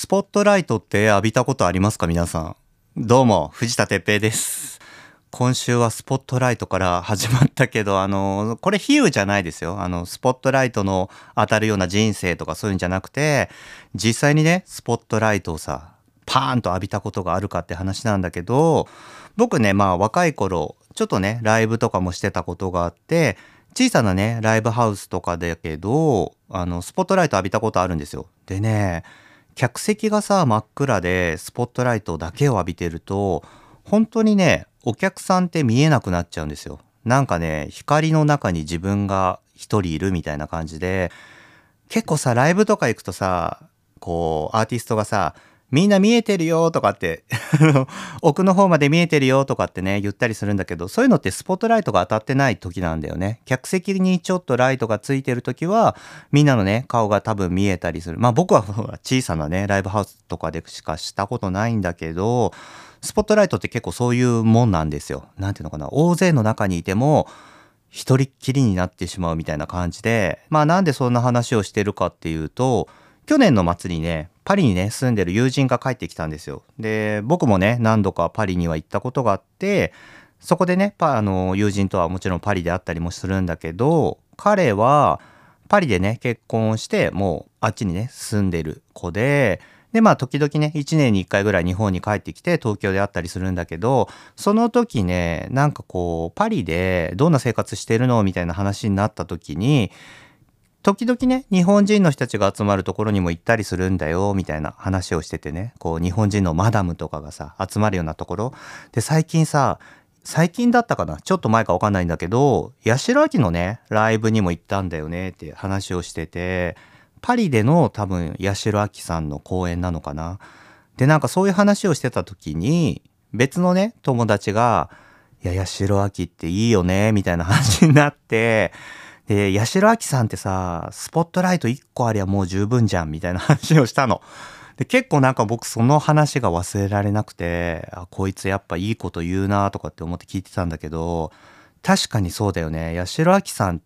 スポットライトって浴びたことありますか皆さん。どうも、藤田哲平です。今週はスポットライトから始まったけど、これ比喩じゃないですよ。スポットライトの当たるような人生とかそういうんじゃなくて、実際にね、スポットライトをさ、パーンと浴びたことがあるかって話なんだけど、僕ね、若い頃、ちょっとね、ライブとかもしてたことがあって、小さなね、ライブハウスとかだけど、スポットライト浴びたことあるんですよ。でね、客席がさ、真っ暗で、スポットライトだけを浴びてると、本当にね、お客さんって見えなくなっちゃうんですよ。なんかね、光の中に自分が一人いるみたいな感じで、結構さ、ライブとか行くとさ、こう、アーティストがさ、みんな見えてるよとかって奥の方まで見えてるよとかってね、言ったりするんだけど、そういうのってスポットライトが当たってない時なんだよね。客席にちょっとライトがついてる時は、みんなのね、顔が多分見えたりする。僕は小さなね、ライブハウスとかでしかしたことないんだけど、スポットライトって結構そういうもんなんですよ。なんていうのかな、大勢の中にいても、一人っきりになってしまうみたいな感じで、なんでそんな話をしてるかっていうと、去年の末にね、パリにね、住んでる友人が帰ってきたんですよ。で、僕もね、何度かパリには行ったことがあって、そこでね、友人とはもちろんパリで会ったりもするんだけど、彼はパリでね、結婚をして、もうあっちにね、住んでる子で、で、時々ね、1年に1回ぐらい日本に帰ってきて、東京で会ったりするんだけど、その時ね、なんかこう、パリでどんな生活してるのみたいな話になった時に、時々ね、日本人の人たちが集まるところにも行ったりするんだよ、みたいな話をしててね、こう、日本人のマダムとかがさ、集まるようなところ。で、最近だったかな、ちょっと前かわかんないんだけど、八代亜紀のね、ライブにも行ったんだよねって話をしてて、パリでの多分八代亜紀さんの公演なのかな。で、なんかそういう話をしてた時に、別のね、友達が、いや、八代亜紀っていいよね、みたいな話になって、で、八代亜紀さんってさ、スポットライト1個ありゃもう十分じゃん、みたいな話をしたの。で、結構なんか僕その話が忘れられなくて、こいつやっぱいいこと言うなとかって思って聞いてたんだけど、確かにそうだよね。八代亜紀さんって、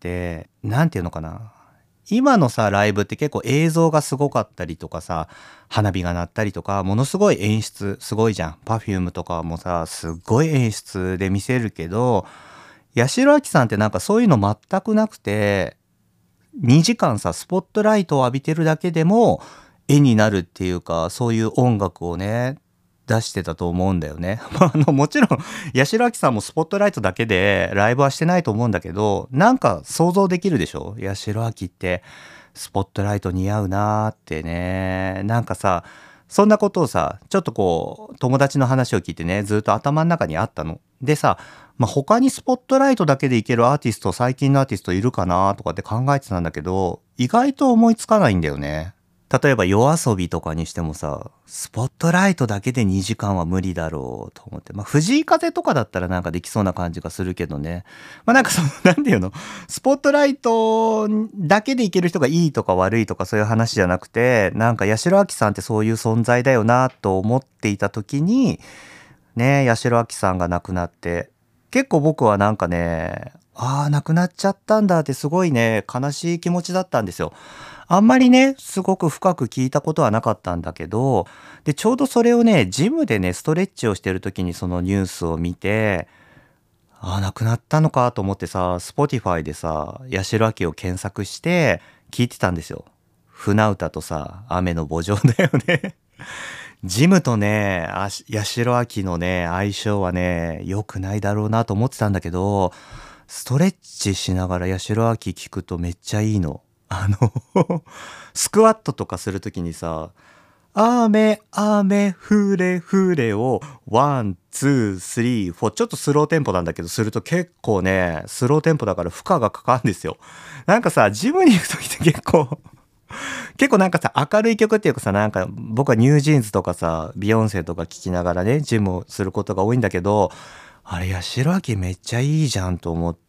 なんていうのかな。今のさ、ライブって結構映像がすごかったりとかさ、花火が鳴ったりとか、ものすごい演出すごいじゃん。Perfume とかもさ、すっごい演出で見せるけど、八代亜紀さんってなんかそういうの全くなくて、2時間さ、スポットライトを浴びてるだけでも絵になるっていうか、そういう音楽をね、出してたと思うんだよね。もちろん、八代亜紀さんもスポットライトだけでライブはしてないと思うんだけど、なんか想像できるでしょ？八代亜紀ってスポットライト似合うなーってね。なんかさ、そんなことをさ、ちょっとこう、友達の話を聞いてね、ずっと頭の中にあったの。でさ、他にスポットライトだけでいけるアーティスト、最近のアーティストいるかなとかって考えてたんだけど、意外と思いつかないんだよね。例えば夜遊びとかにしてもさ、スポットライトだけで2時間は無理だろうと思って。藤井風とかだったらなんかできそうな感じがするけどね。なんかなんていうの、スポットライトだけでいける人がいいとか悪いとかそういう話じゃなくて、なんか八代亜紀さんってそういう存在だよなと思っていた時に、ね、八代亜紀さんが亡くなって、結構僕はなんかね、亡くなっちゃったんだってすごいね、悲しい気持ちだったんですよ。あんまりね、すごく深く聞いたことはなかったんだけど、で、ちょうどそれをね、ジムでね、ストレッチをしてる時にそのニュースを見て、亡くなったのかと思ってさ、Spotify でさ、八代亜紀を検索して聞いてたんですよ。船歌とさ、雨の慕情だよね。ジムとね、八代亜紀のね、相性はね、良くないだろうなと思ってたんだけど、ストレッチしながら八代亜紀聞くとめっちゃいいの。スクワットとかするときにさ、雨、雨、降れ、降れを、ワン、ツー、スリー、フォー、ちょっとスローテンポなんだけど、すると結構ね、スローテンポだから負荷がかかるんですよ。なんかさ、ジムに行くときって結構なんかさ、明るい曲っていうかさ、なんか僕はニュージーンズとかさ、ビヨンセとか聴きながらね、ジムをすることが多いんだけど、あれ、八代亜紀めっちゃいいじゃんと思って、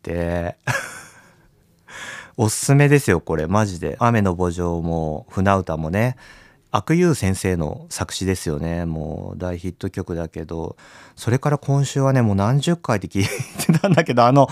おすすめですよ、これ、マジで。雨の慕情も、船歌もね、阿久悠先生の作詞ですよね。もう大ヒット曲だけど、それから今週はね、もう何十回って聞いてたんだけど、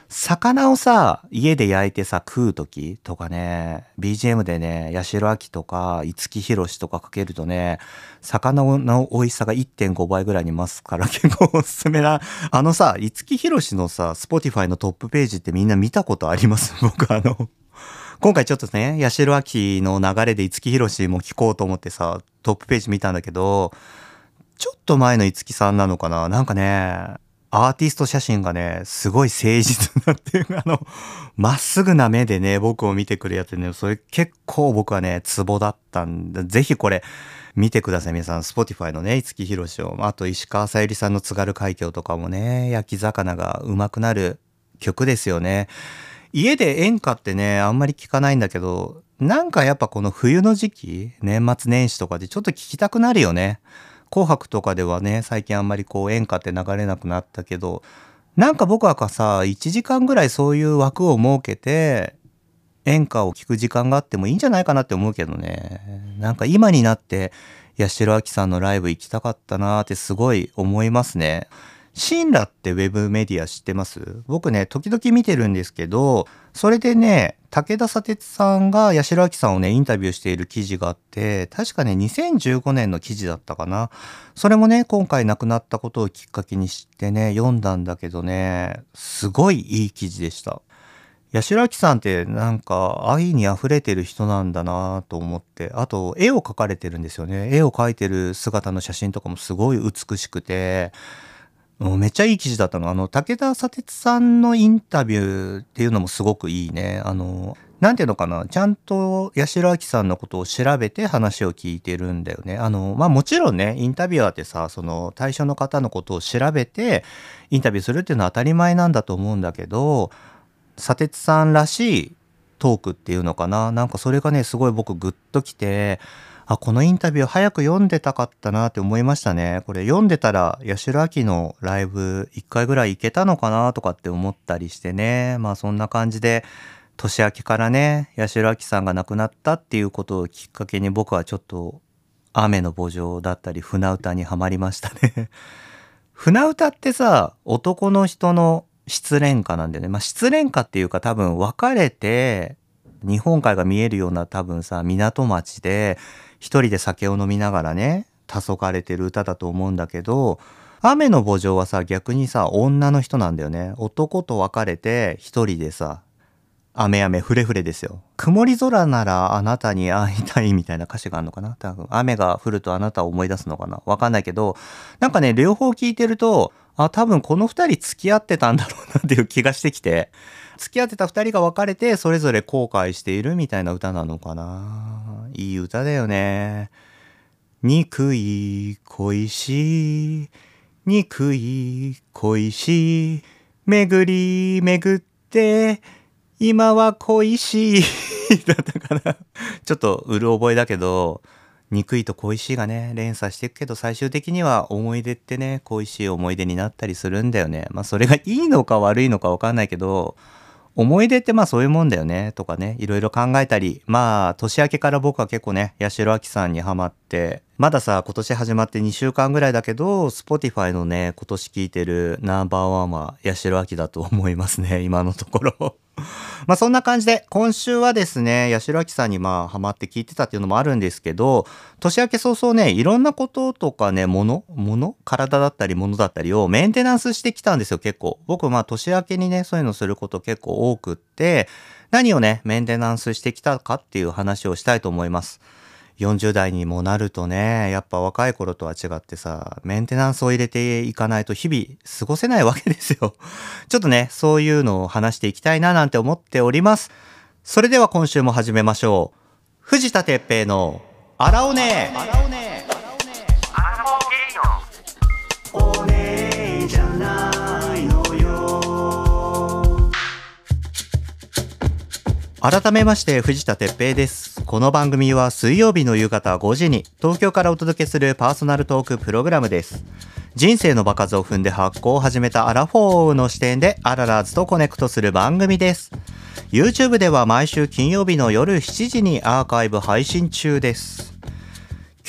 魚をさ、家で焼いてさ、食う時とかね、BGM でね、八代亜紀とか、五木ひろしとかかけるとね、魚の美味しさが 1.5 倍ぐらいに増すから結構おすすめな。さ、五木ひろしのさ、Spotify のトップページってみんな見たことあります僕今回ちょっとね、八代亜紀の流れで五木ひろしも聞こうと思ってさ、トップページ見たんだけど、ちょっと前の五木さんなのかな、なんかね、アーティスト写真がね、すごい誠実なっていうか、まっすぐな目でね、僕を見てくるやつね、それ結構僕はね、ツボだったんで、ぜひこれ見てください、皆さん。Spotify のね、五木ひろしを。あと、石川さゆりさんの津軽海峡とかもね、焼き魚がうまくなる曲ですよね。家で演歌ってね、あんまり聞かないんだけど、なんかやっぱこの冬の時期、年末年始とかでちょっと聞きたくなるよね。紅白とかではね、最近あんまりこう演歌って流れなくなったけど、なんか僕はさ、1時間ぐらいそういう枠を設けて、演歌を聴く時間があってもいいんじゃないかなって思うけどね。なんか今になって八代亜紀さんのライブ行きたかったなーってすごい思いますね。シンラってウェブメディア知ってます？僕ね、時々見てるんですけど、それでね、武田砂鉄さんが八代亜紀さんをね、インタビューしている記事があって、確かね、2015年の記事だったかな。それもね、今回亡くなったことをきっかけにしてね、読んだんだけどね、すごいいい記事でした。八代亜紀さんってなんか愛に溢れてる人なんだなと思って、あと絵を描かれてるんですよね。絵を描いてる姿の写真とかもすごい美しくて、もうめっちゃいい記事だったの。武田砂鉄さんのインタビューっていうのもすごくいいね。なんていうのかな、ちゃんと八代亜紀さんのことを調べて話を聞いてるんだよね。もちろんね、インタビュアーってさ、その対象の方のことを調べてインタビューするっていうのは当たり前なんだと思うんだけど、砂鉄さんらしいトークっていうのかな、なんかそれがね、すごい僕グッときて、このインタビュー早く読んでたかったなって思いましたね。これ読んでたら八代亜紀のライブ1回ぐらい行けたのかなとかって思ったりしてね。まあそんな感じで年明けからね、八代亜紀さんが亡くなったっていうことをきっかけに僕はちょっと雨の慕情だったり船歌にはまりましたね。船歌ってさ、男の人の失恋歌なんだよね。まあ失恋歌っていうか多分別れて日本海が見えるような多分さ、港町で一人で酒を飲みながらね、黄昏れてる歌だと思うんだけど、雨の慕情はさ、逆にさ、女の人なんだよね。男と別れて一人でさ、雨雨フレフレですよ。曇り空ならあなたに会いたいみたいな歌詞があるのかな。多分雨が降るとあなたを思い出すのかな。わかんないけど、なんかね、両方聞いてると、多分この二人付き合ってたんだろうなっていう気がしてきて、付き合ってた二人が別れてそれぞれ後悔しているみたいな歌なのかな。いい歌だよね。憎い恋しい、憎い恋しい、巡り巡って今は恋しいだったかな。ちょっとうる覚えだけど、憎いと恋しいがね、連鎖していくけど、最終的には思い出ってね、恋しい思い出になったりするんだよね。まあそれがいいのか悪いのか分かんないけど、思い出ってまあそういうもんだよねとかね、いろいろ考えたり、まあ年明けから僕は結構ね、八代亜紀さんにハマって、まださ、今年始まって2週間ぐらいだけど、Spotify のね、今年聴いてるナンバーワンは八代亜紀だと思いますね、今のところ。まあそんな感じで、今週はですね、八代亜紀さんにまあハマって聞いてたっていうのもあるんですけど、年明け早々ね、いろんなこととかね、体だったり物だったりをメンテナンスしてきたんですよ、結構。僕まあ年明けにね、そういうのすること結構多くって、何をね、メンテナンスしてきたかっていう話をしたいと思います。40代にもなるとね、やっぱ若い頃とは違ってさ、メンテナンスを入れていかないと日々過ごせないわけですよ。ちょっとね、そういうのを話していきたいななんて思っております。それでは今週も始めましょう。藤田哲平のあらおね。おねじゃないのよ。改めまして藤田哲平です。この番組は水曜日の夕方5時に東京からお届けするパーソナルトークプログラムです。人生の場数を踏んで発行を始めたアラフォーの視点でアララーズとコネクトする番組です。YouTube では毎週金曜日の夜7時にアーカイブ配信中です。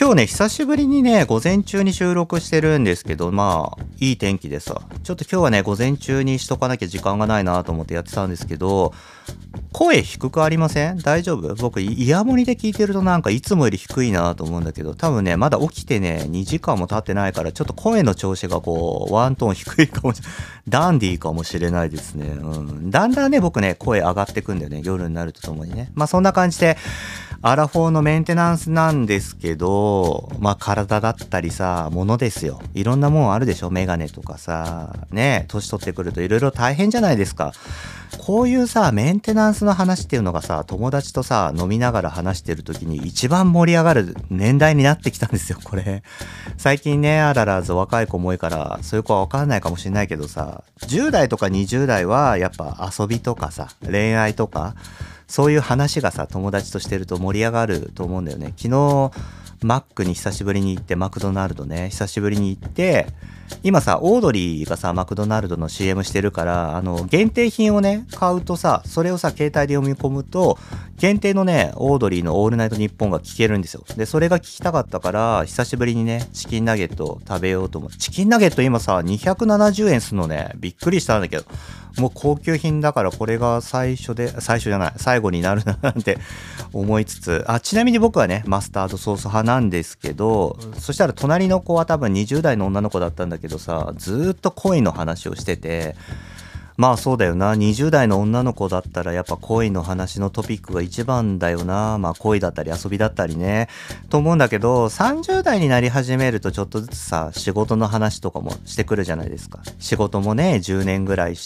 今日ね、久しぶりにね、午前中に収録してるんですけど、まあ、いい天気でさ、ちょっと今日はね、午前中にしとかなきゃ時間がないなと思ってやってたんですけど、声低くありません？大丈夫？僕、イヤモニで聞いてるとなんかいつもより低いなと思うんだけど、多分ね、まだ起きてね、2時間も経ってないから、ちょっと声の調子がこう、ワントーン低いかもしれない。ダンディーかもしれないですね。だんだんね、僕ね、声上がってくんだよね。夜になるとともにね。まあそんな感じで、アラフォーのメンテナンスなんですけど、まあ体だったりさ、物ですよ。いろんなもんあるでしょ？メガネとかさ、ね、年取ってくるといろいろ大変じゃないですか。こういうさ、メンテナンスの話っていうのがさ、友達とさ、飲みながら話してる時に一番盛り上がる年代になってきたんですよ、これ。最近ね、あららず若い子も多いから、そういう子はわかんないかもしれないけどさ、10代とか20代はやっぱ遊びとかさ、恋愛とか、そういう話がさ、友達としてると盛り上がると思うんだよね。昨日、マックに久しぶりに行って、マクドナルドね、久しぶりに行って、今さ、オードリーがさ、マクドナルドの CM してるから、限定品をね、買うとさ、それをさ、携帯で読み込むと、限定のね、オードリーのオールナイトニッポンが聞けるんですよ。で、それが聞きたかったから、久しぶりにね、チキンナゲットを食べようと思う。チキンナゲット今さ、270円するのね、びっくりしたんだけど、もう高級品だからこれが最初じゃない、最後になるななんて思いつつ、ちなみに僕はね、マスタードソース派なんですけど、そしたら隣の子は多分20代の女の子だったんだけどさ、ずーっと恋の話をしてて、まあそうだよな、20代の女の子だったらやっぱ恋の話のトピックが一番だよな。まあ恋だったり遊びだったりね、と思うんだけど、30代になり始めるとちょっとずつさ、仕事の話とかもしてくるじゃないですか。仕事もね、10年ぐらいして、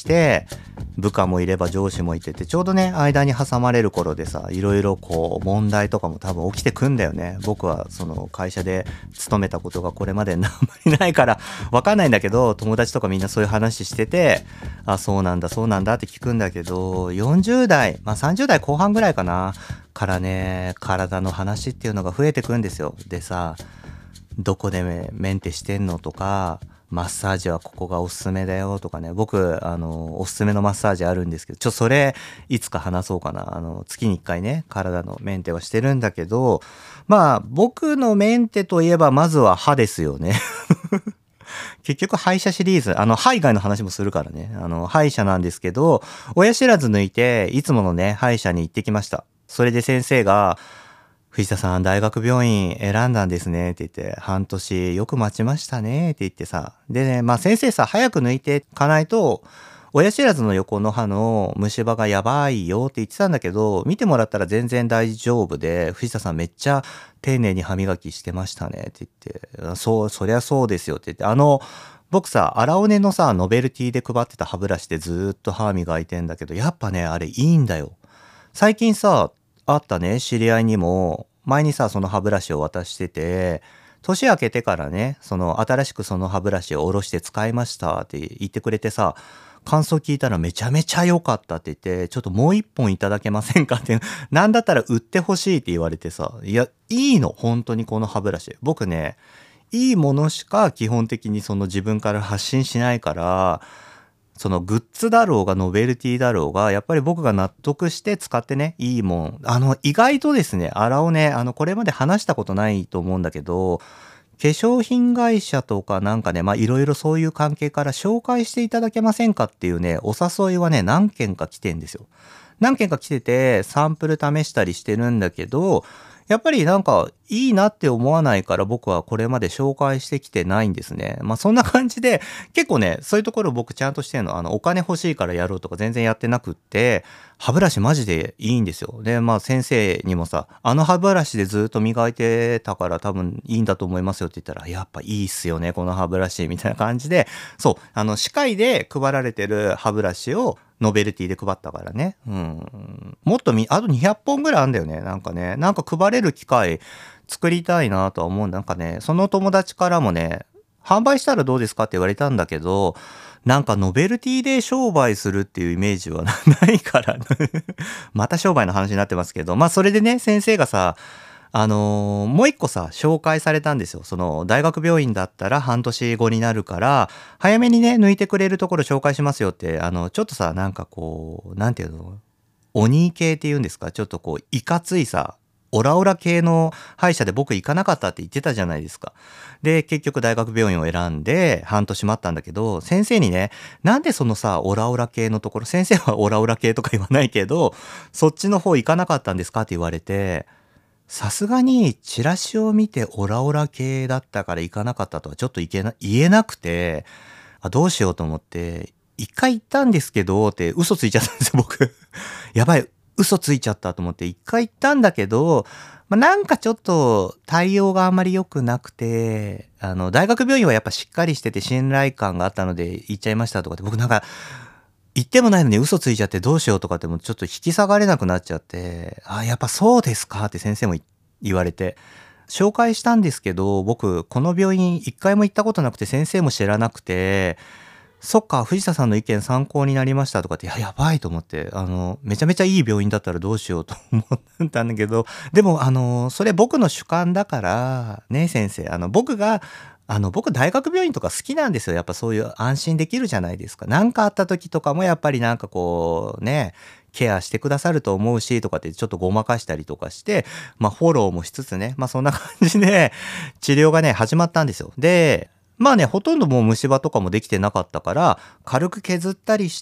部下もいれば上司もいてて、ちょうどね、間に挟まれる頃でさ、いろいろこう問題とかも多分起きてくんだよね。僕はその会社で勤めたことがこれまであんまりないからわかんないんだけど、友達とかみんなそういう話してて、そうなんだそうなんだって聞くんだけど、40代、まあ30代後半ぐらいかな、からね、体の話っていうのが増えてくんですよ。でさ、どこでメンテしてんのとか、マッサージはここがおすすめだよとかね、僕おすすめのマッサージあるんですけど、それいつか話そうかな。月に1回ね、体のメンテはしてるんだけど、まあ僕のメンテといえばまずは歯ですよね。結局歯医者シリーズ、歯以外の話もするからね。歯医者なんですけど、親知らず抜いて、いつものね、歯医者に行ってきました。それで先生が、藤田さん、大学病院選んだんですねって言って、半年よく待ちましたねって言ってさ。でね、まあ先生さ、早く抜いていかないと、親知らずの横の歯の虫歯がやばいよって言ってたんだけど、見てもらったら全然大丈夫で、藤田さんめっちゃ丁寧に歯磨きしてましたねって言って、そりゃそうですよって言って、僕さ、アラオネのさ、ノベルティで配ってた歯ブラシでずーっと歯磨いてんだけど、やっぱね、あれいいんだよ。最近さ、会ったね、知り合いにも、前にさ、その歯ブラシを渡してて、年明けてからね、新しくその歯ブラシを下ろして使いましたって言ってくれてさ、感想聞いたらめちゃめちゃ良かったって言って、ちょっともう一本いただけませんかって、なんだったら売ってほしいって言われてさ、いや、いいの、本当にこの歯ブラシ。僕ね、いいものしか基本的にその自分から発信しないから、そのグッズだろうがノベルティだろうが、やっぱり僕が納得して使ってね、いいもん。意外とですね、アラをね、これまで話したことないと思うんだけど、化粧品会社とかなんかね、まあいろいろそういう関係から紹介していただけませんかっていうね、お誘いはね、何件か来てんですよ。何件か来てて、サンプル試したりしてるんだけど、やっぱりなんかいいなって思わないから僕はこれまで紹介してきてないんですね。まあそんな感じで結構ね、そういうところ僕ちゃんとしてんの。お金欲しいからやろうとか全然やってなくって、歯ブラシマジでいいんですよ。で、まあ先生にもさ、歯ブラシでずっと磨いてたから多分いいんだと思いますよって言ったら、やっぱいいっすよね、この歯ブラシみたいな感じで、そう、歯科医で配られてる歯ブラシをノベルティで配ったからね。もっとあと200本ぐらいあんだよね。なんかね、なんか配れる機会作りたいなとは思う。なんかね、その友達からもね、販売したらどうですかって言われたんだけど、なんかノベルティで商売するっていうイメージはないからまた商売の話になってますけど、まあそれでね、先生がさ、もう一個さ、紹介されたんですよ。その、大学病院だったら半年後になるから、早めにね、抜いてくれるところ紹介しますよって、ちょっとさ、なんかこう、なんていうの、鬼系っていうんですか、ちょっとこう、いかついさ、 オラオラ系の歯医者で僕行かなかったって言ってたじゃないですか。で、結局大学病院を選んで半年待ったんだけど、先生にね、なんでそのさ、オラオラ系のところ、先生はオラオラ系とか言わないけど、そっちの方行かなかったんですかって言われて、さすがにチラシを見てオラオラ系だったから行かなかったとはちょっと言えなくて、どうしようと思って、一回行ったんですけどって嘘ついちゃったんですよ、僕。やばい、嘘ついちゃったと思って一回行ったんだけど、なんかちょっと対応があんまり良くなくて、大学病院はやっぱしっかりしてて信頼感があったので行っちゃいましたとかって、僕なんか行ってもないのに嘘ついちゃってどうしようとかってもうちょっと引き下がれなくなっちゃって、やっぱそうですかって先生も言われて、紹介したんですけど、僕この病院一回も行ったことなくて先生も知らなくて、そっか、藤田さんの意見参考になりましたとかって、やばいと思って、めちゃめちゃいい病院だったらどうしようと思ったんだけど、でも、それ僕の主観だから、ね、先生、僕大学病院とか好きなんですよ。やっぱそういう安心できるじゃないですか。なんかあった時とかもやっぱりなんかこう、ね、ケアしてくださると思うしとかってちょっとごまかしたりとかして、フォローもしつつね、そんな感じで治療がね、始まったんですよ。で、ほとんどもう虫歯とかもできてなかったから、軽く削ったりして、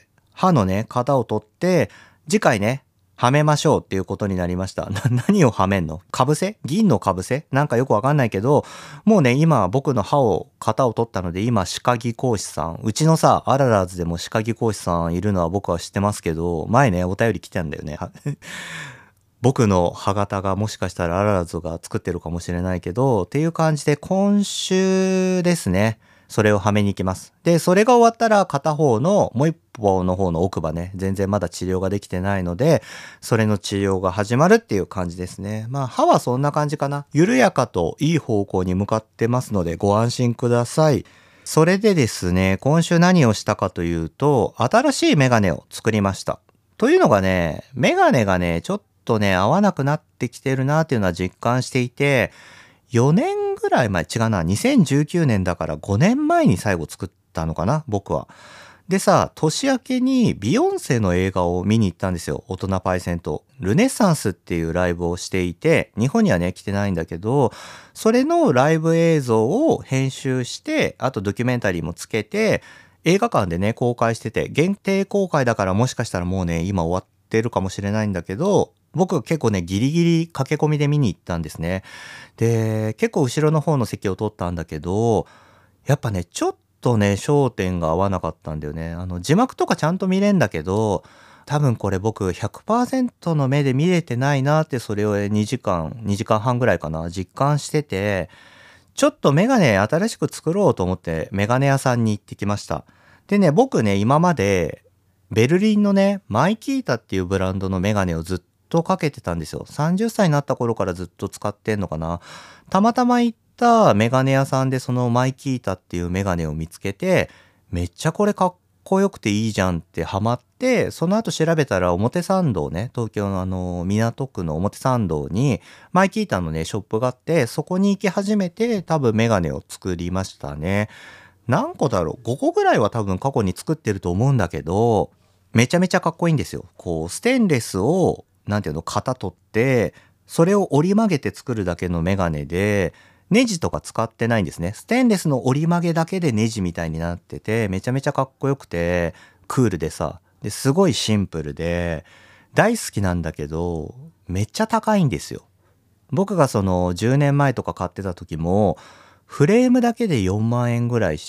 歯のね、型を取って、次回ね、はめましょうっていうことになりました。何をはめんの？かぶせ？銀のかぶせ？なんかよくわかんないけど、もうね、今僕の型を取ったので、今、歯科技講師さん、うちのさ、アララーズでも歯科技講師さんいるのは僕は知ってますけど、前ね、お便り来たんだよね。僕の歯型がもしかしたらアララズが作ってるかもしれないけど、っていう感じで今週ですね、それをはめに行きます。で、それが終わったら片方の、もう一方の方の奥歯ね、全然まだ治療ができてないので、それの治療が始まるっていう感じですね。歯はそんな感じかな。緩やかといい方向に向かってますのでご安心ください。それでですね、今週何をしたかというと、新しいメガネを作りました。というのがね、メガネがね、ちょっとね、合わなくなってきてるなっていうのは実感していて、4年ぐらい前、違うな、2019年だから5年前に最後作ったのかな、僕は。でさ、年明けにビヨンセの映画を見に行ったんですよ。大人パイセンと。ルネッサンスっていうライブをしていて、日本にはね、来てないんだけど、それのライブ映像を編集して、あとドキュメンタリーもつけて、映画館でね、公開してて、限定公開だからもしかしたらもうね、今終わってるかもしれないんだけど、僕結構ね、ギリギリ駆け込みで見に行ったんですね。で、結構後ろの方の席を取ったんだけど、やっぱね、ちょっとね、焦点が合わなかったんだよね。字幕とかちゃんと見れんだけど、多分これ僕100% の目で見れてないなって、それを2時間半ぐらいかな、実感してて、ちょっとメガネ新しく作ろうと思ってメガネ屋さんに行ってきました。でね、僕ね、今までベルリンのね、マイキータっていうブランドのメガネをずっとかけてたんですよ。30歳になった頃からずっと使ってんのかな。たまたま行ったメガネ屋さんでそのマイキータっていうメガネを見つけて、めっちゃこれかっこよくていいじゃんってハマって、その後調べたら表参道ね、東京の港区の表参道にマイキータのね、ショップがあって、そこに行き始めて多分メガネを作りましたね。何個だろう？ 5 個ぐらいは多分過去に作ってると思うんだけど、めちゃめちゃかっこいいんですよ。こう、ステンレスを、なんていうの、型取って、それを折り曲げて作るだけのメガネで、ネジとか使ってないんですね。ステンレスの折り曲げだけでネジみたいになってて、めちゃめちゃかっこよくて、クールでさ、すごいシンプルで、大好きなんだけど、めっちゃ高いんですよ。僕がその10年前とか買ってた時も、フレームだけで4万円ぐらいして、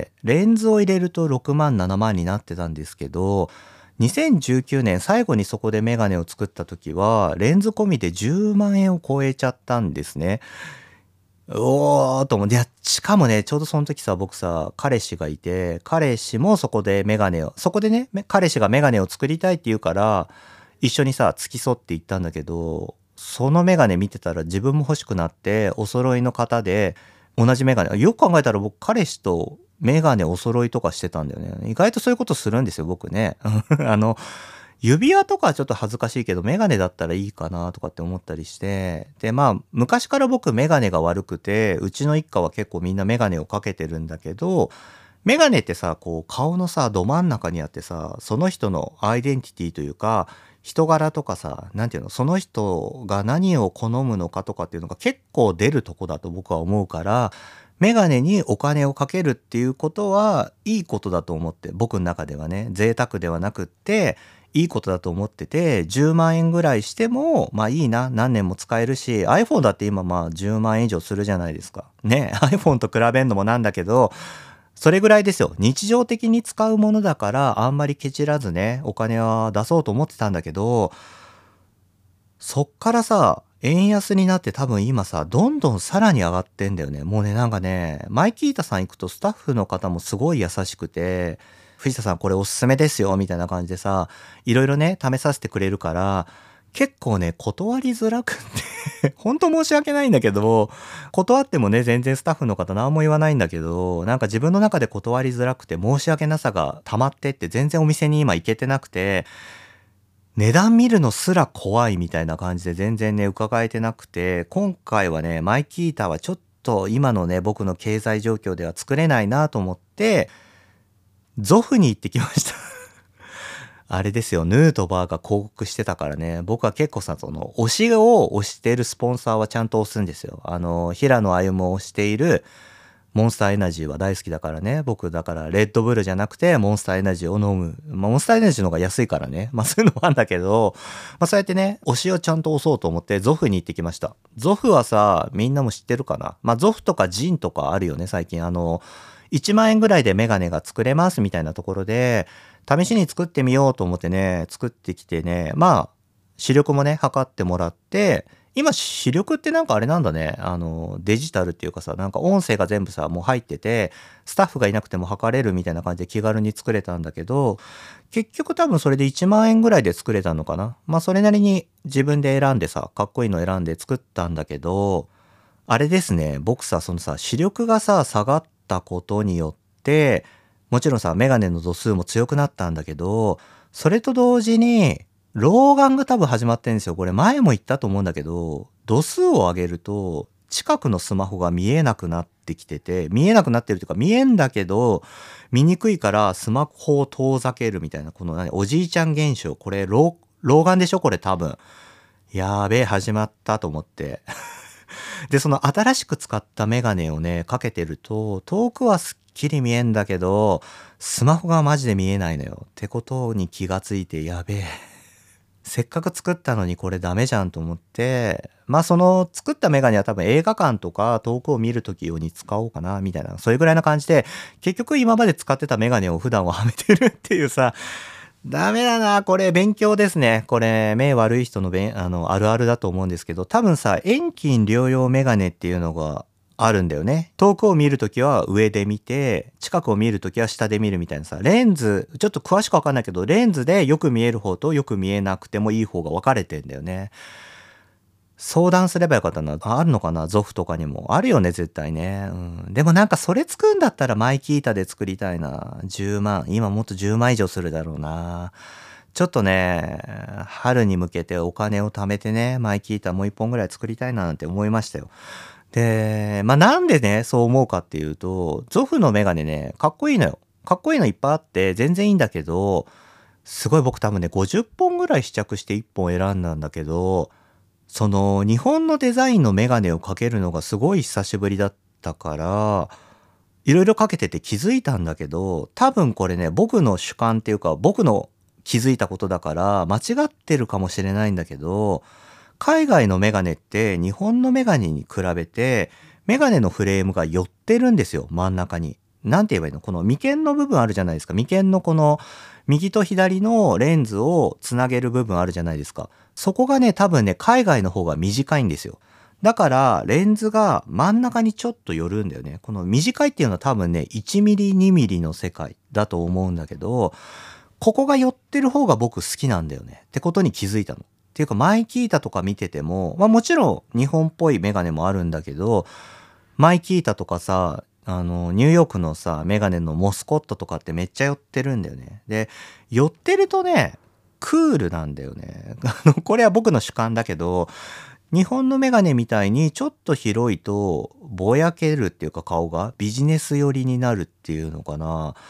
レンズを入れると6万7万になってたんですけど、2019年最後にそこでメガネを作った時は、レンズ込みで10万円を超えちゃったんですね。おーと思って、いや、しかもね、ちょうどその時さ、僕さ、彼氏がいて、彼氏もそこでそこでね、彼氏がメガネを作りたいって言うから、一緒にさ、付き添って行ったんだけど、そのメガネ見てたら自分も欲しくなって、お揃いの型で、同じメガネ、よく考えたら僕、彼氏とメガネお揃いとかしてたんだよね。意外とそういうことするんですよ、僕ね。指輪とかはちょっと恥ずかしいけど、メガネだったらいいかなとかって思ったりして。で、昔から僕メガネが悪くて、うちの一家は結構みんなメガネをかけてるんだけど、メガネってさ、こう顔のさ、ど真ん中にあってさ、その人のアイデンティティというか、 人柄とかさ、なんていうの、その人が何を好むのかとかっていうのが結構出るとこだと僕は思うから、メガネにお金をかけるっていうことはいいことだと思って、僕の中ではね、贅沢ではなくって、いいことだと思ってて、10万円ぐらいしても、まあいいな、何年も使えるし、iPhone だって今まあ10万円以上するじゃないですか。ね、iPhone と比べんのもなんだけど、それぐらいですよ。日常的に使うものだから、あんまりケチらずね、お金は出そうと思ってたんだけど、そっからさ、円安になって多分今さ、どんどんさらに上がってんだよね。もうね、なんかね、マイキータさん行くとスタッフの方もすごい優しくて、藤田さんこれおすすめですよ、みたいな感じでさ、いろいろね、試させてくれるから、結構ね、断りづらくって本当申し訳ないんだけど、断ってもね、全然スタッフの方何も言わないんだけど、なんか自分の中で断りづらくて申し訳なさが溜まってって全然お店に今行けてなくて、値段見るのすら怖いみたいな感じで全然ね、伺えてなくて、今回はね、マイキータはちょっと今のね、僕の経済状況では作れないなと思って、ゾフに行ってきましたあれですよ、ヌートバーが広告してたからね、僕は結構さ、その、推しを推しているスポンサーはちゃんと推すんですよ。平野歩夢を推しているモンスターエナジーは大好きだからね。僕、だから、レッドブルじゃなくて、モンスターエナジーを飲む。まあ、モンスターエナジーの方が安いからね。まあ、そういうのもあるんだけど、まあ、そうやってね、推しをちゃんと推そうと思って、ゾフに行ってきました。ゾフはさ、みんなも知ってるかな。まあ、ゾフとかジンとかあるよね、最近。1万円ぐらいでメガネが作れますみたいなところで、試しに作ってみようと思ってね、作ってきてね、まあ、視力もね、測ってもらって、今視力ってなんかあれなんだね。デジタルっていうかさ、なんか音声が全部さ、もう入ってて、スタッフがいなくても測れるみたいな感じで気軽に作れたんだけど、結局多分それで1万円ぐらいで作れたのかな。まあそれなりに自分で選んでさ、かっこいいの選んで作ったんだけど、あれですね、僕さ、そのさ、視力がさ、下がったことによって、もちろんさ、メガネの度数も強くなったんだけど、それと同時に、老眼が多分始まってんですよ。これ前も言ったと思うんだけど、度数を上げると、近くのスマホが見えなくなってきてて、見えなくなってるというか、見えんだけど、見にくいからスマホを遠ざけるみたいな、このおじいちゃん現象。これ、老眼でしょこれ多分。やーべえ、始まったと思って。で、その新しく使ったメガネをね、かけてると、遠くはすっきり見えんだけど、スマホがマジで見えないのよ。ってことに気がついて、やべえ。せっかく作ったのにこれダメじゃんと思って、まあその作ったメガネは多分映画館とか遠くを見るとき用に使おうかな、みたいな、そういうぐらいな感じで、結局今まで使ってたメガネを普段ははめてるっていうさ、ダメだな、これ勉強ですね。これ、目悪い人のあるあるだと思うんですけど、多分さ、遠近両用メガネっていうのがあるんだよね。遠くを見るときは上で見て、近くを見るときは下で見るみたいなさ、レンズ、ちょっと詳しくわかんないけど、レンズでよく見える方とよく見えなくてもいい方が分かれてんだよね。相談すればよかったな。あるのかなゾフとかにも。あるよね、絶対ね。うん。でもなんかそれ作るんだったらマイキータで作りたいな。10万。今もっと10万以上するだろうな。ちょっとね、春に向けてお金を貯めてね、マイキータもう一本ぐらい作りたいななんて思いましたよ。で、まあなんでね、そう思うかっていうと、ゾフのメガネね、かっこいいのよ。かっこいいのいっぱいあって全然いいんだけど、すごい僕多分ね、50本ぐらい試着して1本選んだんだけど、その日本のデザインのメガネをかけるのがすごい久しぶりだったから、いろいろかけてて気づいたんだけど、多分これね、僕の主観っていうか、僕の気づいたことだから、間違ってるかもしれないんだけど、海外のメガネって日本のメガネに比べて、メガネのフレームが寄ってるんですよ、真ん中に。なんて言えばいいのこの眉間の部分あるじゃないですか。眉間のこの右と左のレンズをつなげる部分あるじゃないですか。そこがね、多分ね、海外の方が短いんですよ。だから、レンズが真ん中にちょっと寄るんだよね。この短いっていうのは多分ね、1ミリ、2ミリの世界だと思うんだけど、ここが寄ってる方が僕好きなんだよね。ってことに気づいたの。っていうか、マイキータとか見てても、まあもちろん日本っぽいメガネもあるんだけど、マイキータとかさ、ニューヨークのさ、メガネのモスコットとかってめっちゃ寄ってるんだよね。で、寄ってるとね、クールなんだよね。これは僕の主観だけど、日本のメガネみたいにちょっと広いとぼやけるっていうか顔がビジネス寄りになるっていうのかな。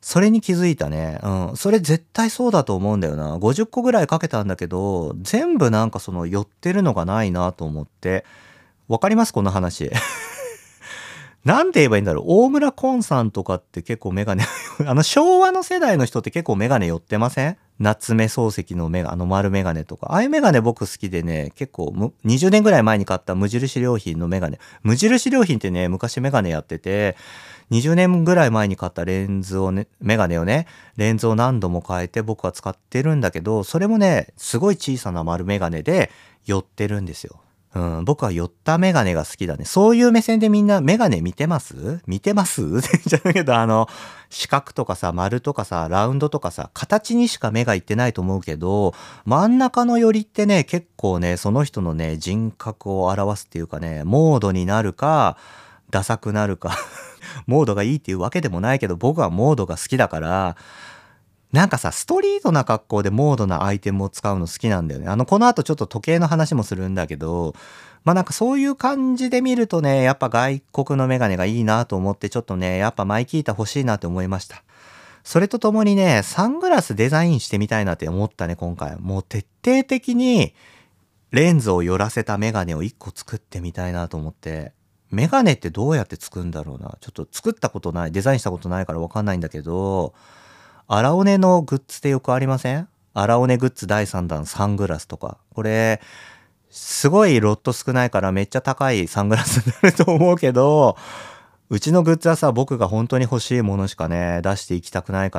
それに気づいたね。それ絶対そうだと思うんだよな。50個ぐらいかけたんだけど、全部なんかその寄ってるのがないなと思って。わかりますこの話。なんて言えばいいんだろう。大村崑さんとかって結構メガネ昭和の世代の人って結構メガネ寄ってません？夏目漱石の丸メガネとか。ああいうメガネ僕好きでね、結構20年ぐらい前に買った無印良品のメガネ。無印良品ってね、昔メガネやってて、20年ぐらい前に買ったレンズをね、メガネをね、レンズを何度も変えて僕は使ってるんだけど、それもね、すごい小さな丸メガネで寄ってるんですよ。僕は寄ったメガネが好きだね。そういう目線でみんなメガネ見てますじゃないけど、四角とかさ、丸とかさ、ラウンドとかさ、形にしか目がいってないと思うけど、真ん中の寄りってね、結構ね、その人のね、人格を表すっていうかね、モードになるか、ダサくなるか、モードがいいっていうわけでもないけど、僕はモードが好きだから、なんかさ、ストリートな格好でモードなアイテムを使うの好きなんだよね。この後ちょっと時計の話もするんだけど、まあなんかそういう感じで見るとね、やっぱ外国のメガネがいいなと思って、ちょっとね、やっぱマイキータ欲しいなって思いました。それとともにね、サングラスデザインしてみたいなって思ったね、今回。もう徹底的にレンズを寄らせたメガネを1個作ってみたいなと思って。メガネってどうやって作るんだろうな。ちょっと作ったことない、デザインしたことないからわかんないんだけど、荒尾根のグッズってよくありません？荒尾根グッズ第3弾サングラスとか。これ、すごいロット少ないからめっちゃ高いサングラスになると思うけど、うちのグッズはさ、僕が本当に欲しいものしかね、出していきたくないから、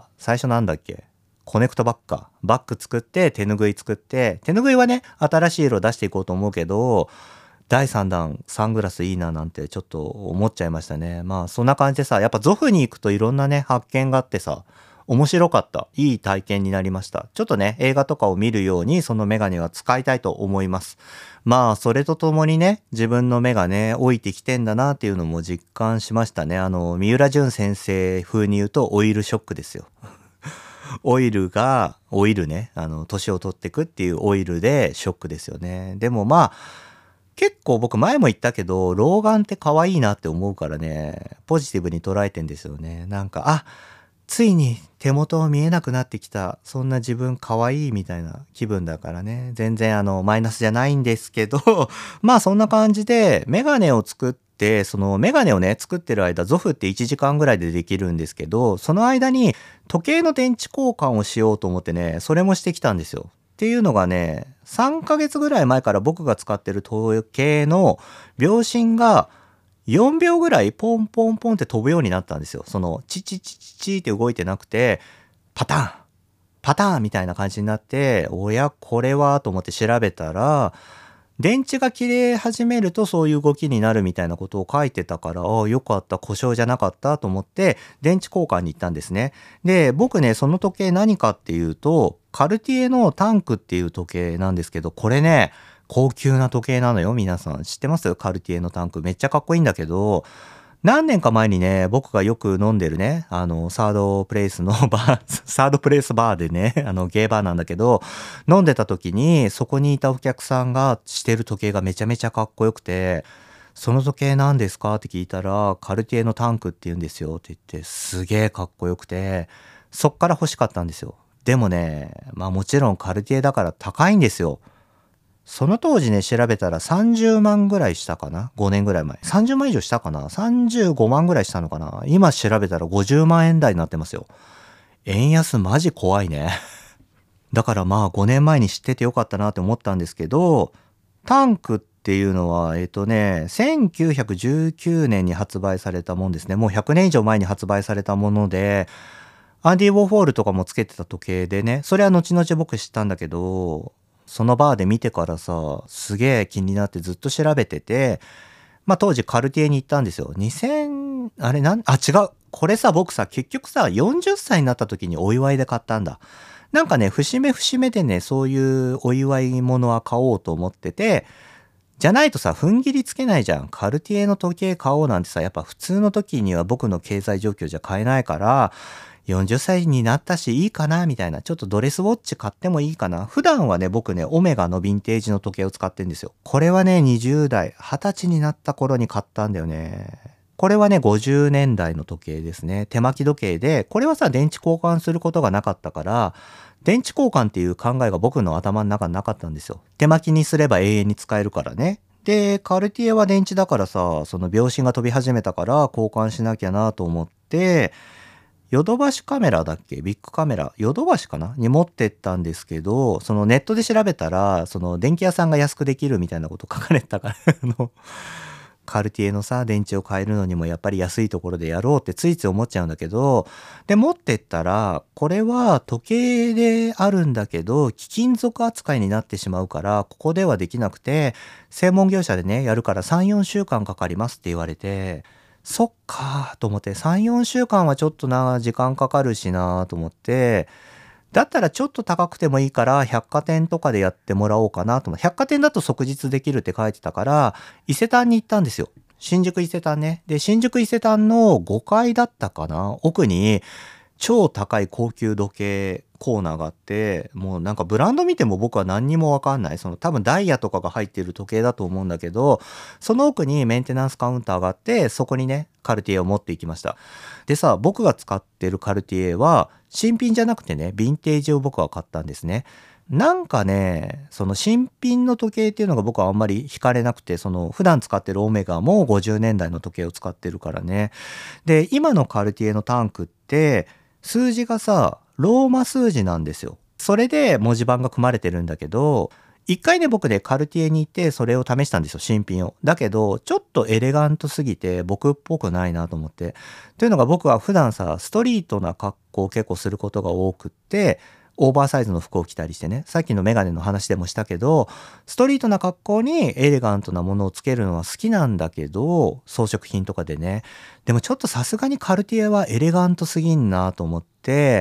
最初なんだっけ？コネクトバッグか。バッグ作って、手拭い作って、手拭いはね、新しい色出していこうと思うけど、第3弾サングラスいいななんてちょっと思っちゃいましたね。まあそんな感じでさ、やっぱゾフに行くといろんなね、発見があってさ、面白かった。いい体験になりました。ちょっとね、映画とかを見るようにそのメガネは使いたいと思います。まあ、それとともにね、自分の目がね、老いてきてんだなっていうのも実感しましたね。三浦淳先生風に言うとオイルショックですよ。オイルね、年を取ってくっていうオイルでショックですよね。でもまあ、結構僕前も言ったけど、老眼って可愛いなって思うからね、ポジティブに捉えてんですよね。なんか、ついに手元見えなくなってきた。そんな自分可愛いみたいな気分だからね。全然マイナスじゃないんですけど、まあそんな感じでメガネを作って、そのメガネをね、作ってる間、ゾフって1時間ぐらいでできるんですけど、その間に時計の電池交換をしようと思ってね、それもしてきたんですよ。っていうのがね、3ヶ月ぐらい前から僕が使ってる時計の秒針が4秒ぐらいポンポンポンって飛ぶようになったんですよ。そのチチチチチって動いてなくて、パターンパターンみたいな感じになって、おや、これはと思って調べたら、電池が切れ始めるとそういう動きになるみたいなことを書いてたから、ああ、よかった、故障じゃなかったと思って、電池交換に行ったんですね。で、僕ね、その時計何かっていうと、カルティエのタンクっていう時計なんですけど、これね、高級な時計なのよ、皆さん。知ってます？カルティエのタンク。めっちゃかっこいいんだけど、何年か前にね、僕がよく飲んでるね、サードプレイスのバー、サードプレイスバーでね、ゲーバーなんだけど、飲んでた時に、そこにいたお客さんがしてる時計がめちゃめちゃかっこよくて、その時計何ですかって聞いたら、カルティエのタンクって言うんですよって言って、すげえかっこよくて、そっから欲しかったんですよ。でもね、まあもちろんカルティエだから高いんですよ。その当時ね、調べたら30万ぐらいしたかな？ 5 年ぐらい前。30万以上したかな？ 35 万ぐらいしたのかな？今調べたら50万円台になってますよ。円安マジ怖いね。だからまあ5年前に知っててよかったなって思ったんですけど、タンクっていうのは、1919年に発売されたもんですね。もう100年以上前に発売されたもので、アンディ・ウォーホールとかもつけてた時計でね、それは後々僕知ったんだけど、そのバーで見てからさ、すげえ気になってずっと調べてて、まあ当時カルティエに行ったんですよ。2000、違う。これさ、僕さ、結局さ、40歳になった時にお祝いで買ったんだ。なんかね、節目節目でね、そういうお祝い物は買おうと思ってて、じゃないとさ、踏ん切りつけないじゃん。カルティエの時計買おうなんてさ、やっぱ普通の時には僕の経済状況じゃ買えないから、40歳になったしいいかなみたいな。ちょっとドレスウォッチ買ってもいいかな。普段はね、僕ね、オメガのヴィンテージの時計を使ってんですよ。これはね、20代、20歳になった頃に買ったんだよね。 これはね、50年代の時計ですね。手巻き時計で、これはさ、電池交換することがなかったから、電池交換っていう考えが僕の頭の中になかったんですよ。手巻きにすれば永遠に使えるからね。で、カルティエは電池だからさ、その秒針が飛び始めたから交換しなきゃなと思って、ヨドバシカメラだっけ、ビッグカメラ、ヨドバシかなに持ってったんですけど、そのネットで調べたら、その電気屋さんが安くできるみたいなこと書かれてたから、カルティエのさ、電池を変えるのにもやっぱり安いところでやろうってついつい思っちゃうんだけど、で、持ってったら、これは時計であるんだけど、貴金属扱いになってしまうから、ここではできなくて、専門業者でね、やるから3、4週間かかりますって言われて、そっかーと思って、3、4週間はちょっとな、時間かかるしなと思って、だったらちょっと高くてもいいから百貨店とかでやってもらおうかなと思って、百貨店だと即日できるって書いてたから、伊勢丹に行ったんですよ。新宿伊勢丹ね。で、新宿伊勢丹の5階だったかな、奥に超高い高級時計コーナーがあって、もうなんかブランド見ても僕は何にもわかんない。その多分ダイヤとかが入っている時計だと思うんだけど、その奥にメンテナンスカウンターがあって、そこにね、カルティエを持っていきました。でさ、僕が使ってるカルティエは、新品じゃなくてね、ヴィンテージを僕は買ったんですね。なんかね、その新品の時計っていうのが僕はあんまり惹かれなくて、その普段使ってるオメガも50年代の時計を使ってるからね。で、今のカルティエのタンクって、数字がさ、ローマ数字なんですよ。それで文字盤が組まれてるんだけど、一回ね、僕ね、カルティエに行ってそれを試したんですよ、新品を。だけど、ちょっとエレガントすぎて僕っぽくないなと思って。というのが僕は普段さ、ストリートな格好を結構することが多くって、オーバーサイズの服を着たりしてね、さっきのメガネの話でもしたけど、ストリートな格好にエレガントなものをつけるのは好きなんだけど、装飾品とかでね。でもちょっとさすがにカルティエはエレガントすぎんなと思って、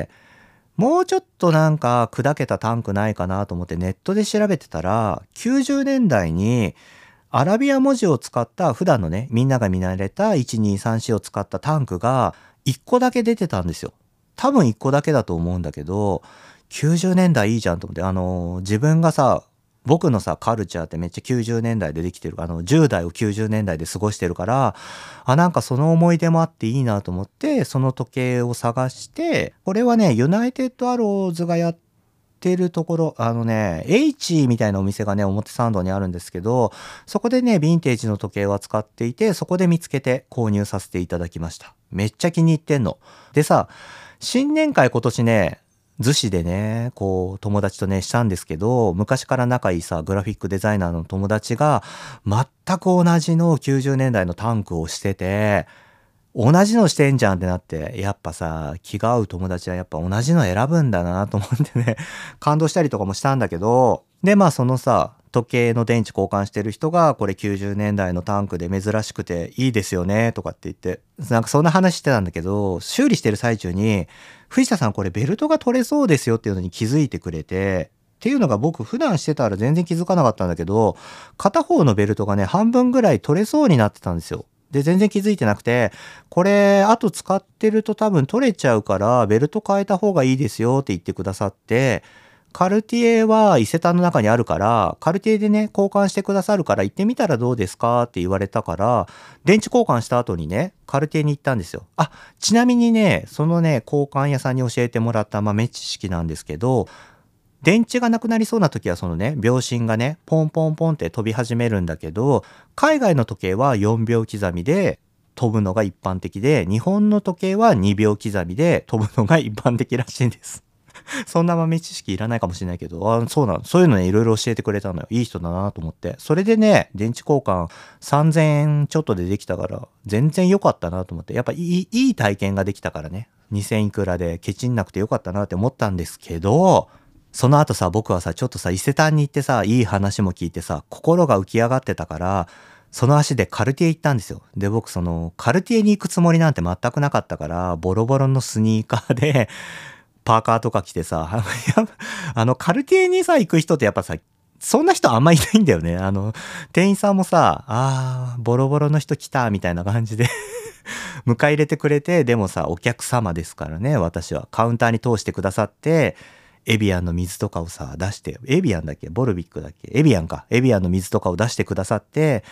もうちょっとなんか砕けたタンクないかなと思ってネットで調べてたら、90年代にアラビア文字を使った普段のね、みんなが見慣れた1234を使ったタンクが1個だけ出てたんですよ。多分1個だけだと思うんだけど、90年代いいじゃんと思って、自分がさ、僕のさ、カルチャーってめっちゃ90年代でできてる。10代を90年代で過ごしてるから、なんかその思い出もあっていいなと思って、その時計を探して、これはね、ユナイテッドアローズがやってるところ、H みたいなお店がね、表参道にあるんですけど、そこでね、ヴィンテージの時計を扱っていて、そこで見つけて購入させていただきました。めっちゃ気に入ってんの。でさ、新年会今年ね、逗子でね、こう、友達とね、したんですけど、昔から仲いいさ、グラフィックデザイナーの友達が、全く同じの90年代のタンクをしてて、同じのしてんじゃんってなって、やっぱさ、気が合う友達はやっぱ同じの選ぶんだなと思ってね、感動したりとかもしたんだけど、で、まあそのさ、時計の電池交換してる人が、これ90年代のタンクで珍しくていいですよね、とかって言って、なんかそんな話してたんだけど、修理してる最中に、藤田さんこれベルトが取れそうですよっていうのに気づいてくれて、っていうのが僕普段してたら全然気づかなかったんだけど、片方のベルトがね、半分ぐらい取れそうになってたんですよ。で、全然気づいてなくて、これ、あと使ってると多分取れちゃうから、ベルト変えた方がいいですよって言ってくださって、カルティエは伊勢丹の中にあるから、カルティエでね、交換してくださるから行ってみたらどうですかって言われたから、電池交換した後にね、カルティエに行ったんですよ。あ、ちなみにね、そのね、交換屋さんに教えてもらった豆知識なんですけど、電池がなくなりそうな時はそのね、秒針がね、ポンポンポンって飛び始めるんだけど、海外の時計は4秒刻みで飛ぶのが一般的で、日本の時計は2秒刻みで飛ぶのが一般的らしいんです。そんな豆知識いらないかもしれないけど、そうなの。そういうのね、いろいろ教えてくれたのよ。いい人だなと思って。それでね、電池交換3000円ちょっとでできたから、全然良かったなと思って。やっぱいい体験ができたからね。2000いくらでケチんなくてよかったなって思ったんですけど、その後さ、僕はさ、ちょっとさ、伊勢丹に行ってさ、いい話も聞いてさ、心が浮き上がってたから、その足でカルティエ行ったんですよ。で、僕カルティエに行くつもりなんて全くなかったから、ボロボロのスニーカーで、パーカーとか着てさ、カルティエにさ、行く人ってやっぱさ、そんな人あんまいないんだよね。店員さんもさ、ボロボロの人来た、みたいな感じで迎え入れてくれて、でもさ、お客様ですからね、私は。カウンターに通してくださって、エビアンの水とかをさ、出して、エビアンだっけボルビックだっけエビアンか。エビアンの水とかを出してくださって、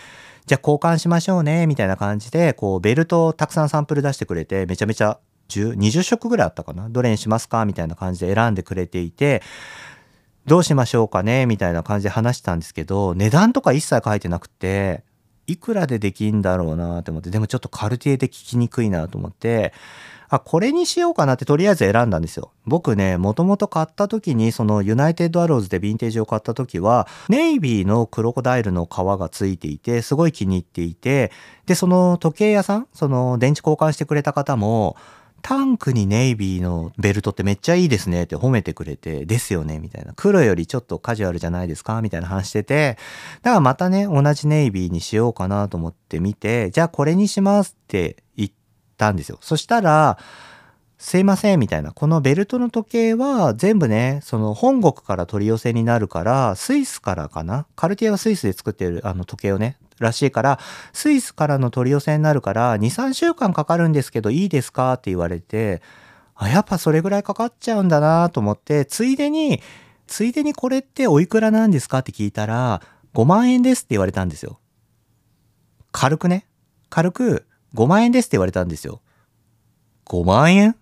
じゃあ交換しましょうねみたいな感じでこうベルトをたくさんサンプル出してくれて、めちゃめちゃ20色ぐらいあったかな、どれにしますかみたいな感じで選んでくれていて、どうしましょうかねみたいな感じで話してたんですけど、値段とか一切書いてなくて、いくらでできんだろうなと思って、でもちょっとカルティエで聞きにくいなと思って、これにしようかなってとりあえず選んだんですよ。僕ね、もともと買った時に、そのユナイテッドアローズでヴィンテージを買った時は、ネイビーのクロコダイルの革がついていて、すごい気に入っていて、で、その時計屋さん、その電池交換してくれた方も、タンクにネイビーのベルトってめっちゃいいですねって褒めてくれて、ですよねみたいな。黒よりちょっとカジュアルじゃないですかみたいな話してて、だからまたね、同じネイビーにしようかなと思ってみて、じゃあこれにしますって言ったんですよ。そしたら、すいませんみたいな。このベルトの時計は全部ね、その本国から取り寄せになるから、スイスからかな、カルティエはスイスで作ってる時計をね、らしいから、スイスからの取り寄せになるから2、3週間かかるんですけどいいですかって言われて、やっぱそれぐらいかかっちゃうんだなと思って、ついでにこれっておいくらなんですかって聞いたら、5万円ですって言われたんですよ。軽く5万円ですって言われたんですよ。5万円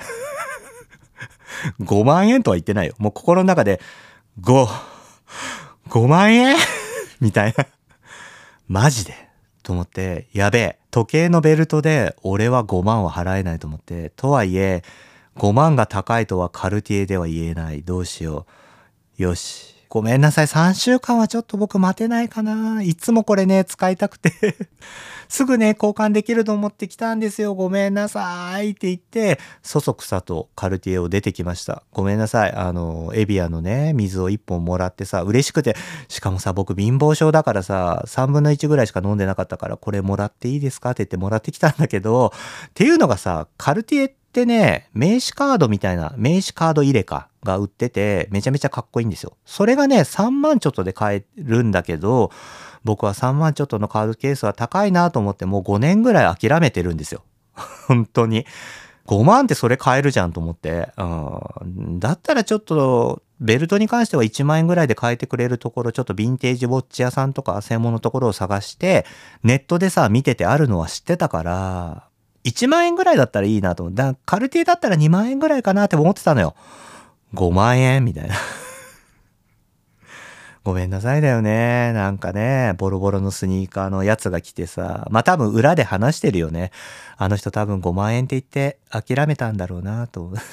5万円とは言ってないよ。もう心の中で、5万円みたいな。マジでと思って、やべえ。時計のベルトで俺は5万は払えないと思って。とはいえ、5万が高いとはカルティエでは言えない。どうしよう。よし。ごめんなさい。3週間はちょっと僕待てないかな。いつもこれね、使いたくてすぐね、交換できると思ってきたんですよ。ごめんなさいって言って、そそくさとカルティエを出てきました。ごめんなさい。エビアのね、水を1本もらってさ、嬉しくて、しかもさ、僕貧乏症だからさ、3分の1ぐらいしか飲んでなかったから、これもらっていいですかって言ってもらってきたんだけど、っていうのがさ、カルティエってね、名刺カードみたいな、名刺カード入れかが売ってて、めちゃめちゃかっこいいんですよ。それがね、3万ちょっとで買えるんだけど、僕は3万ちょっとのカードケースは高いなと思ってもう5年ぐらい諦めてるんですよ。本当に。5万ってそれ買えるじゃんと思って。だったらちょっと、ベルトに関しては1万円ぐらいで買えてくれるところ、ちょっとヴィンテージウォッチ屋さんとか専門のところを探して、ネットでさ、見ててあるのは知ってたから、1万円ぐらいだったらいいなと思って、カルティエだったら2万円ぐらいかなって思ってたのよ。5万円みたいな。ごめんなさいだよね。なんかね、ボロボロのスニーカーのやつが来てさ、まあ多分裏で話してるよね。あの人多分5万円って言って諦めたんだろうなと思って。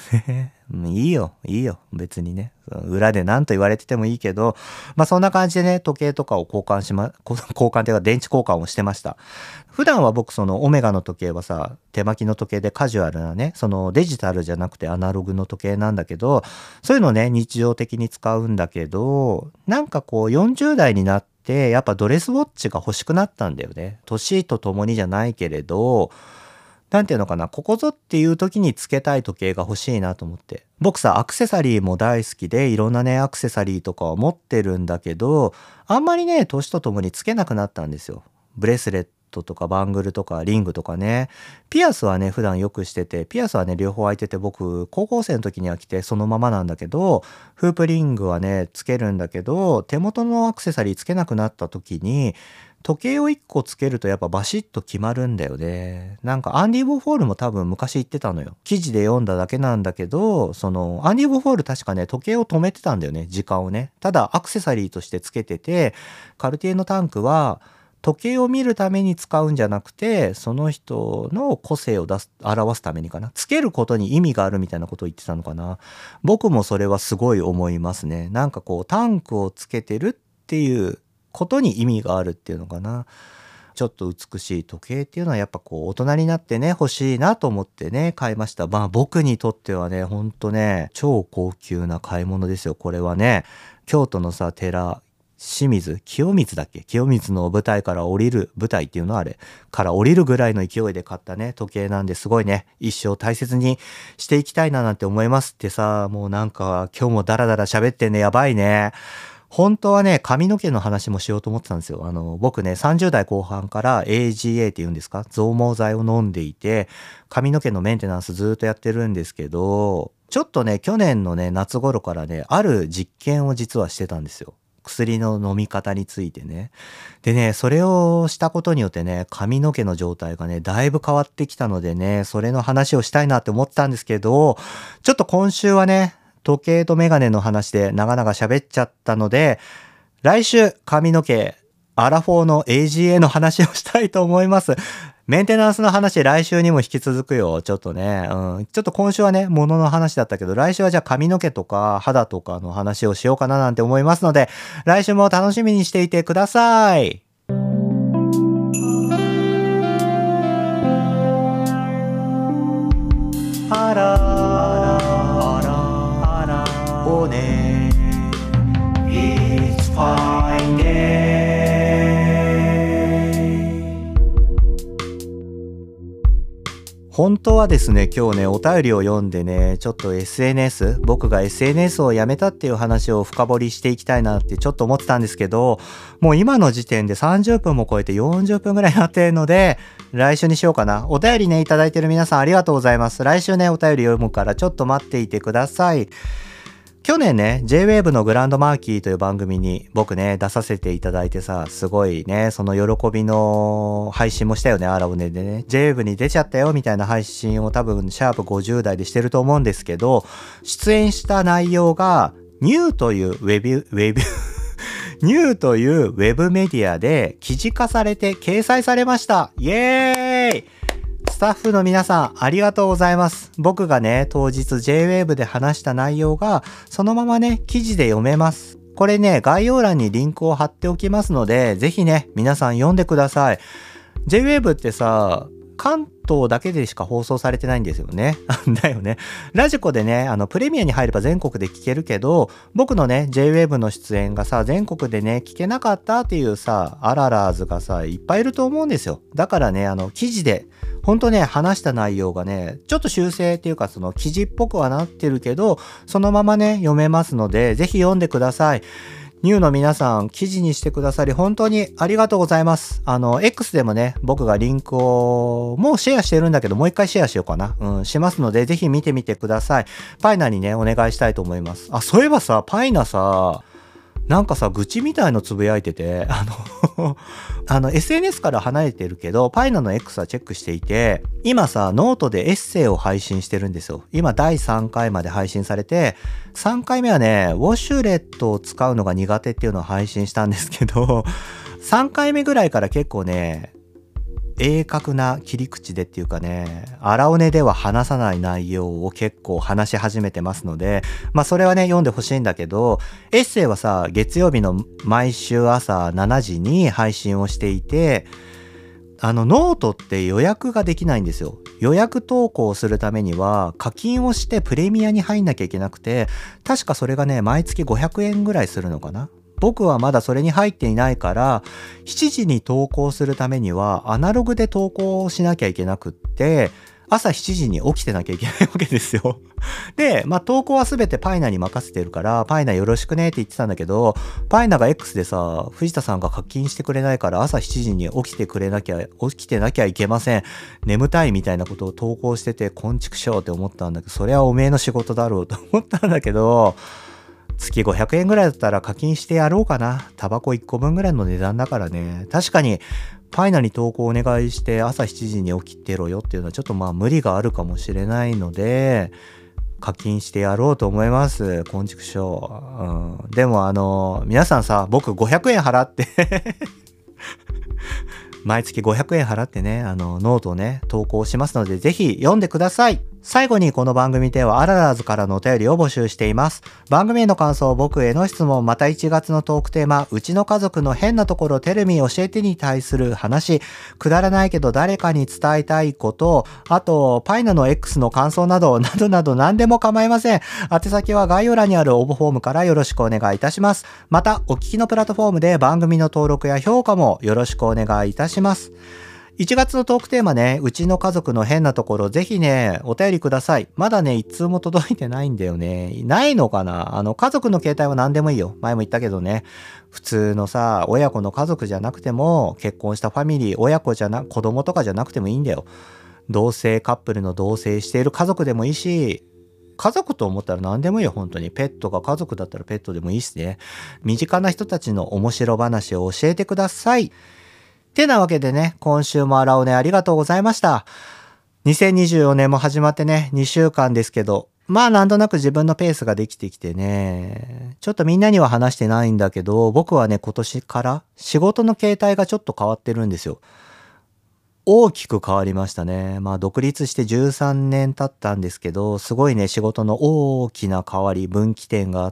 いいよ、別にね。裏で何と言われててもいいけど、まあそんな感じでね、時計とかを交換っていうか電池交換をしてました。普段は僕そのオメガの時計はさ、手巻きの時計でカジュアルなね、そのデジタルじゃなくてアナログの時計なんだけど、そういうのね、日常的に使うんだけど、なんかこう40代になって、やっぱドレスウォッチが欲しくなったんだよね。年とともにじゃないけれど、なんていうのかな、ここぞっていう時につけたい時計が欲しいなと思って。僕さ、アクセサリーも大好きで、いろんなね、アクセサリーとかを持ってるんだけど、あんまりね、年とともにつけなくなったんですよ。ブレスレットとかバングルとかリングとかね。ピアスはね、普段よくしてて、ピアスはね、両方開いてて、僕、高校生の時には着てそのままなんだけど、フープリングはね、つけるんだけど、手元のアクセサリーつけなくなった時に、時計を1個つけるとやっぱバシッと決まるんだよね。なんかアンディ・ウォーホールも多分昔言ってたのよ。記事で読んだだけなんだけど、そのアンディ・ウォーホール確かね、時計を止めてたんだよね、時間をね。ただアクセサリーとしてつけてて、カルティエのタンクは時計を見るために使うんじゃなくて、その人の個性を表すためにかな。つけることに意味があるみたいなことを言ってたのかな。僕もそれはすごい思いますね。なんかこうタンクをつけてるっていうことに意味があるっていうのかな。ちょっと美しい時計っていうのはやっぱこう大人になってね、欲しいなと思ってね、買いました。まあ僕にとってはね、ほんとね、超高級な買い物ですよ。これはね、京都のさ、清水だっけ、清水の舞台っていうのはあれから降りるぐらいの勢いで買ったね、時計なんですごいね、一生大切にしていきたいななんて思いますってさ、もうなんか今日もダラダラ喋ってんね、やばいね。本当はね、髪の毛の話もしようと思ってたんですよ。僕ね、30代後半から AGA って言うんですか、増毛剤を飲んでいて、髪の毛のメンテナンスずっとやってるんですけど、ちょっとね、去年のね、夏頃からね、ある実験を実はしてたんですよ。 薬の飲み方についてね。でね、それをしたことによってね、髪の毛の状態がね、だいぶ変わってきたのでね、それの話をしたいなって思ってたんですけど、ちょっと今週はね、時計とメガネの話で長々喋っちゃったので、来週髪の毛、アラフォーの AGA の話をしたいと思います。メンテナンスの話来週にも引き続くよ。ちょっとね。ちょっと今週はね、物の話だったけど、来週はじゃあ髪の毛とか肌とかの話をしようかななんて思いますので、来週も楽しみにしていてください。あらあらあらおね It's fine day。本当はですね、今日ね、お便りを読んでね、ちょっと 僕が SNS をやめたっていう話を深掘りしていきたいなってちょっと思ってたんですけど、もう今の時点で30分も超えて40分ぐらいになってるので、来週にしようかな。お便りね、いただいてる皆さんありがとうございます。来週ね、お便り読むからちょっと待っていてください。去年ね、J-Wave のグランドマーキーという番組に僕ね、出させていただいてさ、すごいね、その喜びの配信もしたよね、アラオネでね。J-Wave に出ちゃったよみたいな配信を多分、シャープ50代でしてると思うんですけど、出演した内容が、ニューというニューというウェブメディアで記事化されて掲載されました。イエーイ！スタッフの皆さんありがとうございます。僕がね、当日 J-Wave で話した内容がそのままね、記事で読めます。これね、概要欄にリンクを貼っておきますので、ぜひね、皆さん読んでください。J-Wave ってさ、関東だけでしか放送されてないんですよね。だよね。ラジコでね、プレミアに入れば全国で聞けるけど、僕のね、J-Wave の出演がさ、全国でね、聞けなかったっていうさ、アララーズがさ、いっぱいいると思うんですよ。だからね、記事で、ほんとね、話した内容がね、ちょっと修正っていうか、その記事っぽくはなってるけど、そのままね、読めますので、ぜひ読んでください。ニューの皆さん、記事にしてくださり、本当にありがとうございます。X でもね、僕がリンクを、もうシェアしてるんだけど、もう一回シェアしようかな。しますので、ぜひ見てみてください。パイナにね、お願いしたいと思います。あ、そういえばさ、パイナさ、なんかさ、愚痴みたいのつぶやいてて、SNS から離れてるけど、パイナの X はチェックしていて、今さ、ノートでエッセイを配信してるんですよ。今、第3回まで配信されて、3回目はね、ウォシュレットを使うのが苦手っていうのを配信したんですけど、3回目ぐらいから結構ね、鋭角な切り口でっていうかね、荒尾根では話さない内容を結構話し始めてますので、まあそれはね、読んでほしいんだけど、エッセイはさ、月曜日の毎週朝7時に配信をしていて、ノートって予約ができないんですよ。予約投稿するためには課金をしてプレミアに入んなきゃいけなくて、確かそれがね、毎月500円ぐらいするのかな。僕はまだそれに入っていないから、7時に投稿するためにはアナログで投稿しなきゃいけなくって、朝7時に起きてなきゃいけないわけですよ。で、まあ投稿はすべてパイナに任せてるから、パイナよろしくねって言ってたんだけど、パイナが X でさ、藤田さんが課金してくれないから朝7時に起きてなきゃいけません。眠たいみたいなことを投稿してて、こんちくしょうって思ったんだけど、それはおめえの仕事だろうと思ったんだけど、月500円ぐらいだったら課金してやろうかな。タバコ1個分ぐらいの値段だからね。確かに、パイナに投稿お願いして朝7時に起きてろよっていうのはちょっとまあ無理があるかもしれないので、課金してやろうと思います。こんちくしょう。でも皆さんさ、僕500円払って毎月500円払ってね、ノートをね、投稿しますので、ぜひ読んでください。最後にこの番組ではアララーズからのお便りを募集しています。番組への感想、僕への質問、また1月のトークテーマ、うちの家族の変なところテレミ教えてに対する話、くだらないけど誰かに伝えたいこと、あと、パイナの X の感想など何でも構いません。宛先は概要欄にある応募フォームからよろしくお願いいたします。また、お聞きのプラットフォームで番組の登録や評価もよろしくお願いいたします。1月のトークテーマね、うちの家族の変なところ、ぜひね、お便りください。まだね、一通も届いてないんだよね。ないのかな？家族の携帯は何でもいいよ。前も言ったけどね。普通のさ、親子の家族じゃなくても、結婚したファミリー、子供とかじゃなくてもいいんだよ。同性カップルの同棲している家族でもいいし、 家族と思ったら何でもいいよ、本当に。ペットが家族だったらペットでもいいっすね。身近な人たちの面白話を教えてください。てなわけでね、今週も荒尾根ありがとうございました。2024年も始まってね、2週間ですけど、まあなんとなく自分のペースができてきてね、ちょっとみんなには話してないんだけど、僕はね、今年から仕事の形態がちょっと変わってるんですよ。大きく変わりましたね。まあ独立して13年経ったんですけど、すごいね、仕事の大きな変わり、分岐点があって、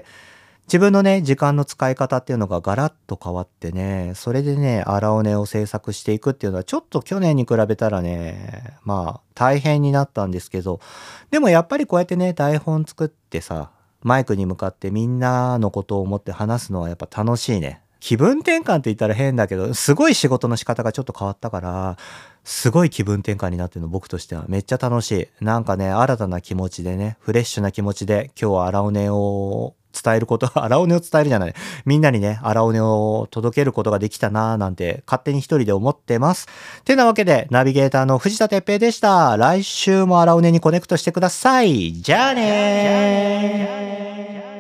自分のね、時間の使い方っていうのがガラッと変わってね、それでね、荒尾根を制作していくっていうのはちょっと去年に比べたらね、まあ大変になったんですけど、でもやっぱりこうやってね、台本作ってさ、マイクに向かってみんなのことを思って話すのはやっぱ楽しいね。気分転換って言ったら変だけど、すごい仕事の仕方がちょっと変わったから、すごい気分転換になってるの僕としてはめっちゃ楽しい。なんかね、新たな気持ちでね、フレッシュな気持ちで今日は荒尾根を伝えること、荒尾根を伝えるじゃない。みんなにね、荒尾根を届けることができたなぁなんて勝手に一人で思ってます。てなわけで、ナビゲーターの藤田哲平でした。来週も荒尾根にコネクトしてください。じゃあねー。